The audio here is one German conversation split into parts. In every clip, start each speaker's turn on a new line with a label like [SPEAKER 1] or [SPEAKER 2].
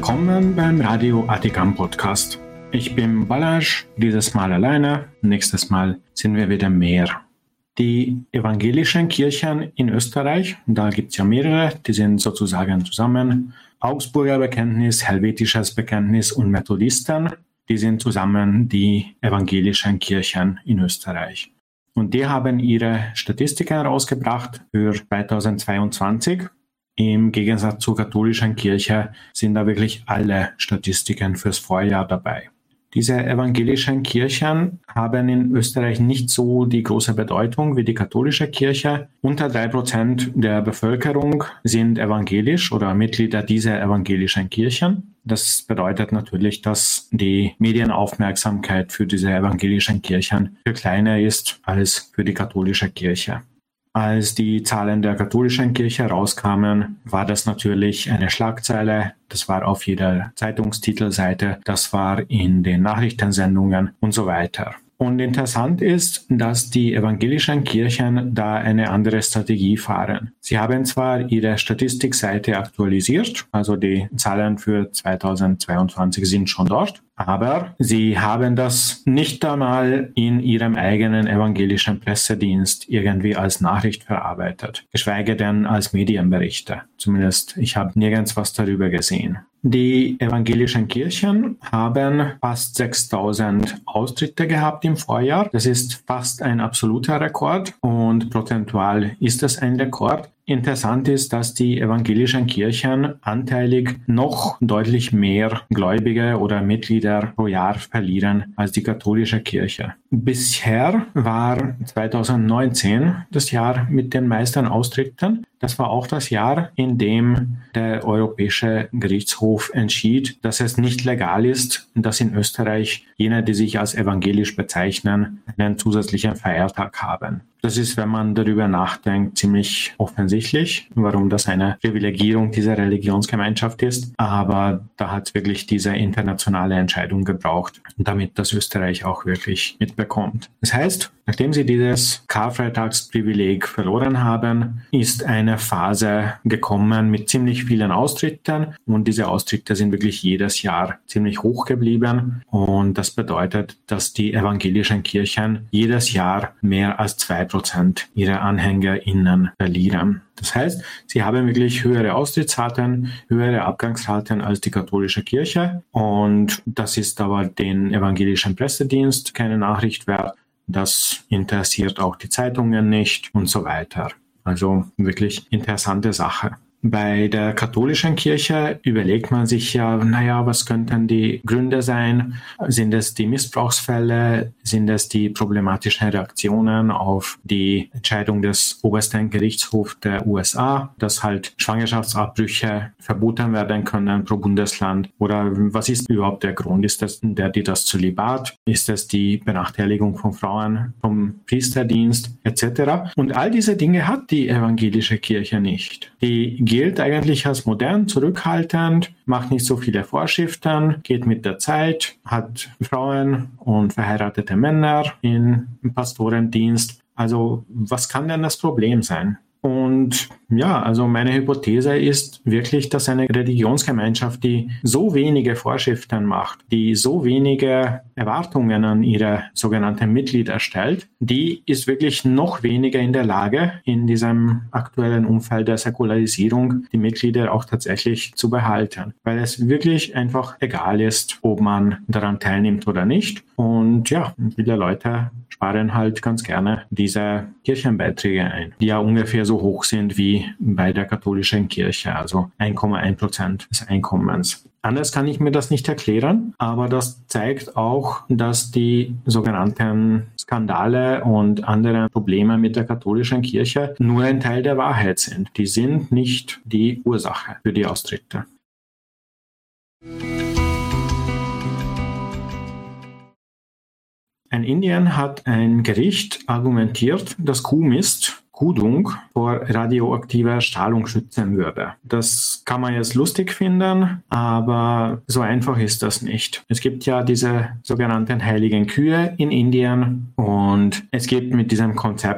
[SPEAKER 1] Willkommen beim Radio Atikam Podcast. Ich bin Balázs, dieses Mal alleine, nächstes Mal sind wir wieder mehr. Die evangelischen Kirchen in Österreich, da gibt es ja mehrere, die sind sozusagen zusammen. Augsburger Bekenntnis, Helvetisches Bekenntnis und Methodisten, die sind zusammen die evangelischen Kirchen in Österreich. Und die haben ihre Statistiken herausgebracht für 2022. Im Gegensatz zur katholischen Kirche sind da wirklich alle Statistiken fürs Vorjahr dabei. Diese evangelischen Kirchen haben in Österreich nicht so die große Bedeutung wie die katholische Kirche. Unter 3% der Bevölkerung sind evangelisch oder Mitglieder dieser evangelischen Kirchen. Das bedeutet natürlich, dass die Medienaufmerksamkeit für diese evangelischen Kirchen viel kleiner ist als für die katholische Kirche. Als die Zahlen der katholischen Kirche rauskamen, war das natürlich eine Schlagzeile. Das war auf jeder Zeitungstitelseite, das war in den Nachrichtensendungen und so weiter. Und interessant ist, dass die evangelischen Kirchen da eine andere Strategie fahren. Sie haben zwar ihre Statistikseite aktualisiert, also die Zahlen für 2022 sind schon dort, aber sie haben das nicht einmal in ihrem eigenen evangelischen Pressedienst irgendwie als Nachricht verarbeitet, geschweige denn als Medienberichte. Zumindest ich habe nirgends was darüber gesehen. Die evangelischen Kirchen haben fast 6.000 Austritte gehabt im Vorjahr. Das ist fast ein absoluter Rekord und prozentual ist das ein Rekord. Interessant ist, dass die evangelischen Kirchen anteilig noch deutlich mehr Gläubige oder Mitglieder pro Jahr verlieren als die katholische Kirche. Bisher war 2019 das Jahr mit den meisten Austritten. Das war auch das Jahr, in dem der Europäische Gerichtshof entschied, dass es nicht legal ist, dass in Österreich jene, die sich als evangelisch bezeichnen, einen zusätzlichen Feiertag haben. Das ist, wenn man darüber nachdenkt, ziemlich offensichtlich, warum das eine Privilegierung dieser Religionsgemeinschaft ist. Aber da hat es wirklich diese internationale Entscheidung gebraucht, damit das Österreich auch wirklich mitbekommt. Das heißt, nachdem sie dieses Karfreitagsprivileg verloren haben, ist eine Phase gekommen mit ziemlich vielen Austritten. Und diese Austritte sind wirklich jedes Jahr ziemlich hoch geblieben. Und das bedeutet, dass die evangelischen Kirchen jedes Jahr mehr als 2% ihrer AnhängerInnen verlieren. Das heißt, sie haben wirklich höhere Austrittsraten, höhere Abgangsraten als die katholische Kirche. Und das ist aber den evangelischen Pressedienst keine Nachricht wert. Das interessiert auch die Zeitungen nicht und so weiter. Also wirklich interessante Sache. Bei der katholischen Kirche überlegt man sich ja, was könnten die Gründe sein? Sind es die Missbrauchsfälle? Sind es die problematischen Reaktionen auf die Entscheidung des obersten Gerichtshofs der USA, dass halt Schwangerschaftsabbrüche verboten werden können pro Bundesland? Oder was ist überhaupt der Grund? Ist das die das Zölibat? Ist es die Benachteiligung von Frauen vom Priesterdienst etc.? Und all diese Dinge hat die evangelische Kirche nicht. Die gilt eigentlich als modern, zurückhaltend, macht nicht so viele Vorschriften, geht mit der Zeit, hat Frauen und verheiratete Männer im Pastorendienst. Also was kann denn das Problem sein? Und also meine Hypothese ist wirklich, dass eine Religionsgemeinschaft, die so wenige Vorschriften macht, die so wenige Erwartungen an ihre sogenannten Mitglieder stellt, die ist wirklich noch weniger in der Lage, in diesem aktuellen Umfeld der Säkularisierung die Mitglieder auch tatsächlich zu behalten, weil es wirklich einfach egal ist, ob man daran teilnimmt oder nicht. Und viele Leute sparen halt ganz gerne diese Kirchenbeiträge ein, die ja ungefähr so hoch sind wie bei der katholischen Kirche, also 1,1% des Einkommens. Anders kann ich mir das nicht erklären, aber das zeigt auch, dass die sogenannten Skandale und andere Probleme mit der katholischen Kirche nur ein Teil der Wahrheit sind. Die sind nicht die Ursache für die Austritte. In Indien hat ein Gericht argumentiert, dass Kuhmist, Kudung, vor radioaktiver Strahlung schützen würde. Das kann man jetzt lustig finden, aber so einfach ist das nicht. Es gibt ja diese sogenannten heiligen Kühe in Indien und es gibt mit diesem Konzept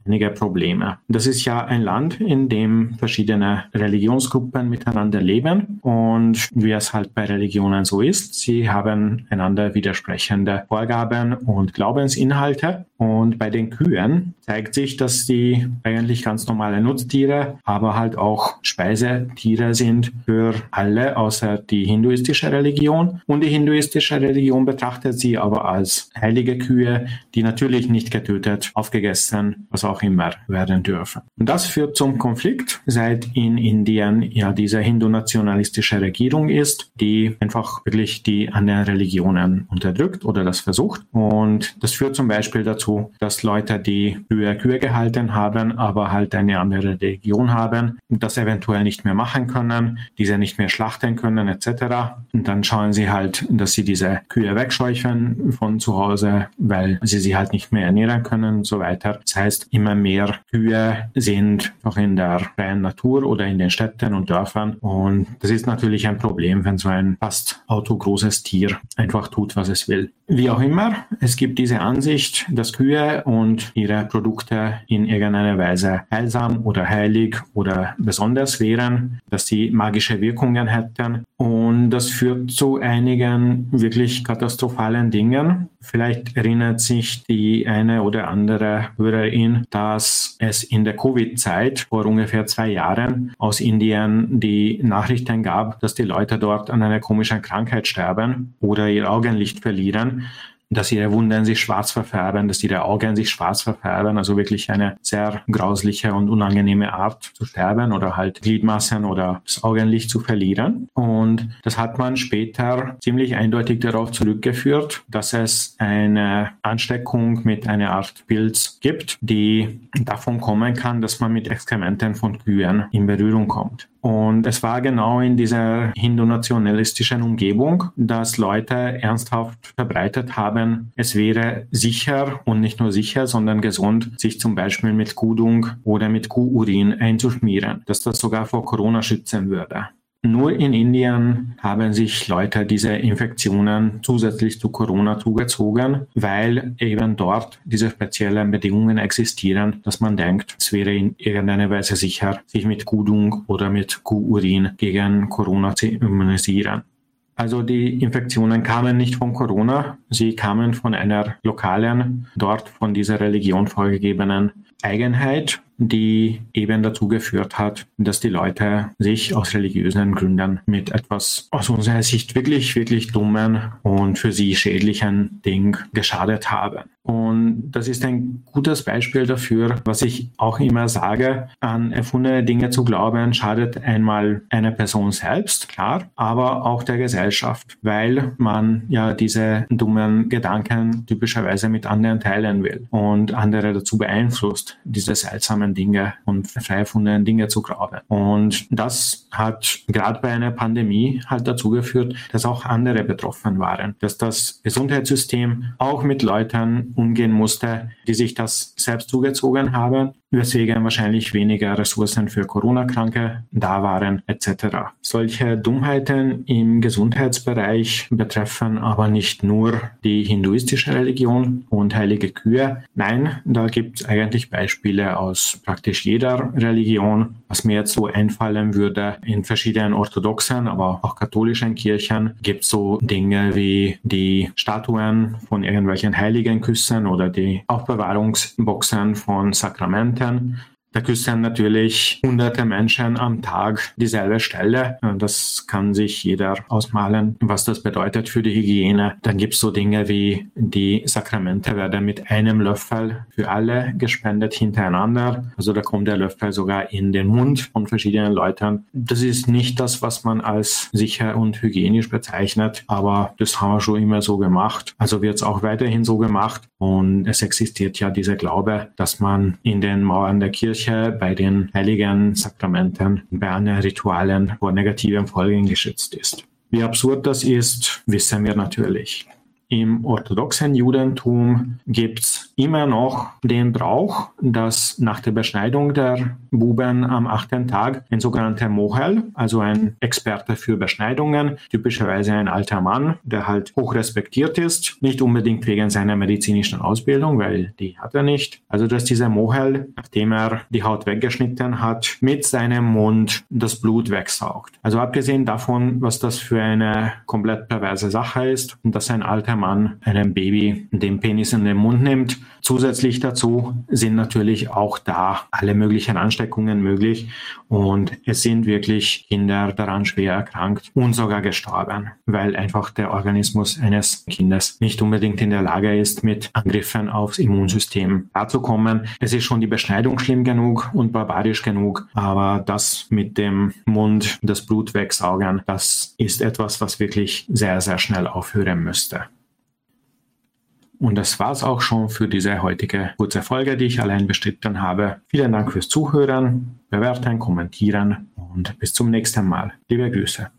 [SPEAKER 1] einige Probleme. Das ist ja ein Land, in dem verschiedene Religionsgruppen miteinander leben und wie es halt bei Religionen so ist, sie haben einander widersprechende Vorgaben und Glaubensinhalte. Und bei den Kühen zeigt sich, dass sie eigentlich ganz normale Nutztiere, aber halt auch Speisetiere sind für alle außer die hinduistische Religion. Und die hinduistische Religion betrachtet sie aber als heilige Kühe, die natürlich nicht getötet, aufgegessen, was auch immer werden dürfen. Und das führt zum Konflikt, seit in Indien ja diese hindu-nationalistische Regierung ist, die einfach wirklich die anderen Religionen unterdrückt oder das versucht. Und das führt zum Beispiel dazu, dass Leute, die früher Kühe gehalten haben, aber halt eine andere Religion haben, das eventuell nicht mehr machen können, diese nicht mehr schlachten können etc. Und dann schauen sie halt, dass sie diese Kühe wegscheuchen von zu Hause, weil sie halt nicht mehr ernähren können und so weiter. Das heißt, immer mehr Kühe sind auch in der freien Natur oder in den Städten und Dörfern. Und das ist natürlich ein Problem, wenn so ein fast autogroßes Tier einfach tut, was es will. Wie auch immer, es gibt diese Ansicht, dass Kühe und ihre Produkte in irgendeiner Weise heilsam oder heilig oder besonders wären, dass sie magische Wirkungen hätten. Und das führt zu einigen wirklich katastrophalen Dingen. Vielleicht erinnert sich die eine oder andere Hörerin, dass es in der Covid-Zeit vor ungefähr 2 Jahren aus Indien die Nachrichten gab, dass die Leute dort an einer komischen Krankheit sterben oder ihr Augenlicht verlieren, dass ihre Wunden sich schwarz verfärben, dass ihre Augen sich schwarz verfärben, also wirklich eine sehr grausliche und unangenehme Art zu sterben oder halt Gliedmaßen oder das Augenlicht zu verlieren. Und das hat man später ziemlich eindeutig darauf zurückgeführt, dass es eine Ansteckung mit einer Art Pilz gibt, die davon kommen kann, dass man mit Exkrementen von Kühen in Berührung kommt. Und es war genau in dieser hindu-nationalistischen Umgebung, dass Leute ernsthaft verbreitet haben, es wäre sicher und nicht nur sicher, sondern gesund, sich zum Beispiel mit Kuhdung oder mit Kuhurin einzuschmieren, dass das sogar vor Corona schützen würde. Nur in Indien haben sich Leute diese Infektionen zusätzlich zu Corona zugezogen, weil eben dort diese speziellen Bedingungen existieren, dass man denkt, es wäre in irgendeiner Weise sicher, sich mit Kuhdung oder mit Kuhurin gegen Corona zu immunisieren. Also die Infektionen kamen nicht von Corona, sie kamen von einer lokalen, dort von dieser Religion vorgegebenen Eigenheit, die eben dazu geführt hat, dass die Leute sich aus religiösen Gründen mit etwas aus unserer Sicht wirklich, wirklich dummen und für sie schädlichen Ding geschadet haben. Und das ist ein gutes Beispiel dafür, was ich auch immer sage, an erfundene Dinge zu glauben, schadet einmal einer Person selbst, klar, aber auch der Gesellschaft, weil man ja diese dummen Gedanken typischerweise mit anderen teilen will und andere dazu beeinflusst, diese seltsamen Dinge und frei erfundenen Dinge zu glauben. Und das hat gerade bei einer Pandemie halt dazu geführt, dass auch andere betroffen waren, dass das Gesundheitssystem auch mit Leuten umgehen musste, die sich das selbst zugezogen haben, weswegen wahrscheinlich weniger Ressourcen für Corona-Kranke da waren, etc. Solche Dummheiten im Gesundheitsbereich betreffen aber nicht nur die hinduistische Religion und heilige Kühe. Nein, da gibt es eigentlich Beispiele aus praktisch jeder Religion. Was mir jetzt so einfallen würde, in verschiedenen orthodoxen, aber auch katholischen Kirchen gibt es so Dinge wie die Statuen von irgendwelchen heiligen Küssen oder die Aufbewahrungsboxen von Sakramenten. Da küssen natürlich hunderte Menschen am Tag dieselbe Stelle. Das kann sich jeder ausmalen, was das bedeutet für die Hygiene. Dann gibt es so Dinge wie die Sakramente werden mit einem Löffel für alle gespendet hintereinander. Also da kommt der Löffel sogar in den Mund von verschiedenen Leuten. Das ist nicht das, was man als sicher und hygienisch bezeichnet, aber das haben wir schon immer so gemacht. Also wird es auch weiterhin so gemacht. Und es existiert ja dieser Glaube, dass man in den Mauern der Kirche bei den heiligen Sakramenten, bei anderen Ritualen vor negativen Folgen geschützt ist. Wie absurd das ist, wissen wir natürlich. Im orthodoxen Judentum gibt es immer noch den Brauch, dass nach der Beschneidung der Buben am 8. Tag ein sogenannter Mohel, also ein Experte für Beschneidungen, typischerweise ein alter Mann, der halt hoch respektiert ist, nicht unbedingt wegen seiner medizinischen Ausbildung, weil die hat er nicht. Also dass dieser Mohel, nachdem er die Haut weggeschnitten hat, mit seinem Mund das Blut wegsaugt. Also abgesehen davon, was das für eine komplett perverse Sache ist und dass ein alter Mann einem Baby den Penis in den Mund nimmt. Zusätzlich dazu sind natürlich auch da alle möglichen Ansteckungen möglich und es sind wirklich Kinder daran schwer erkrankt und sogar gestorben, weil einfach der Organismus eines Kindes nicht unbedingt in der Lage ist, mit Angriffen aufs Immunsystem klarzukommen. Es ist schon die Beschneidung schlimm genug und barbarisch genug, aber das mit dem Mund, das Blut wegsaugen, das ist etwas, was wirklich sehr, sehr schnell aufhören müsste. Und das war's auch schon für diese heutige kurze Folge, die ich allein bestritten habe. Vielen Dank fürs Zuhören, bewerten, kommentieren und bis zum nächsten Mal. Liebe Grüße.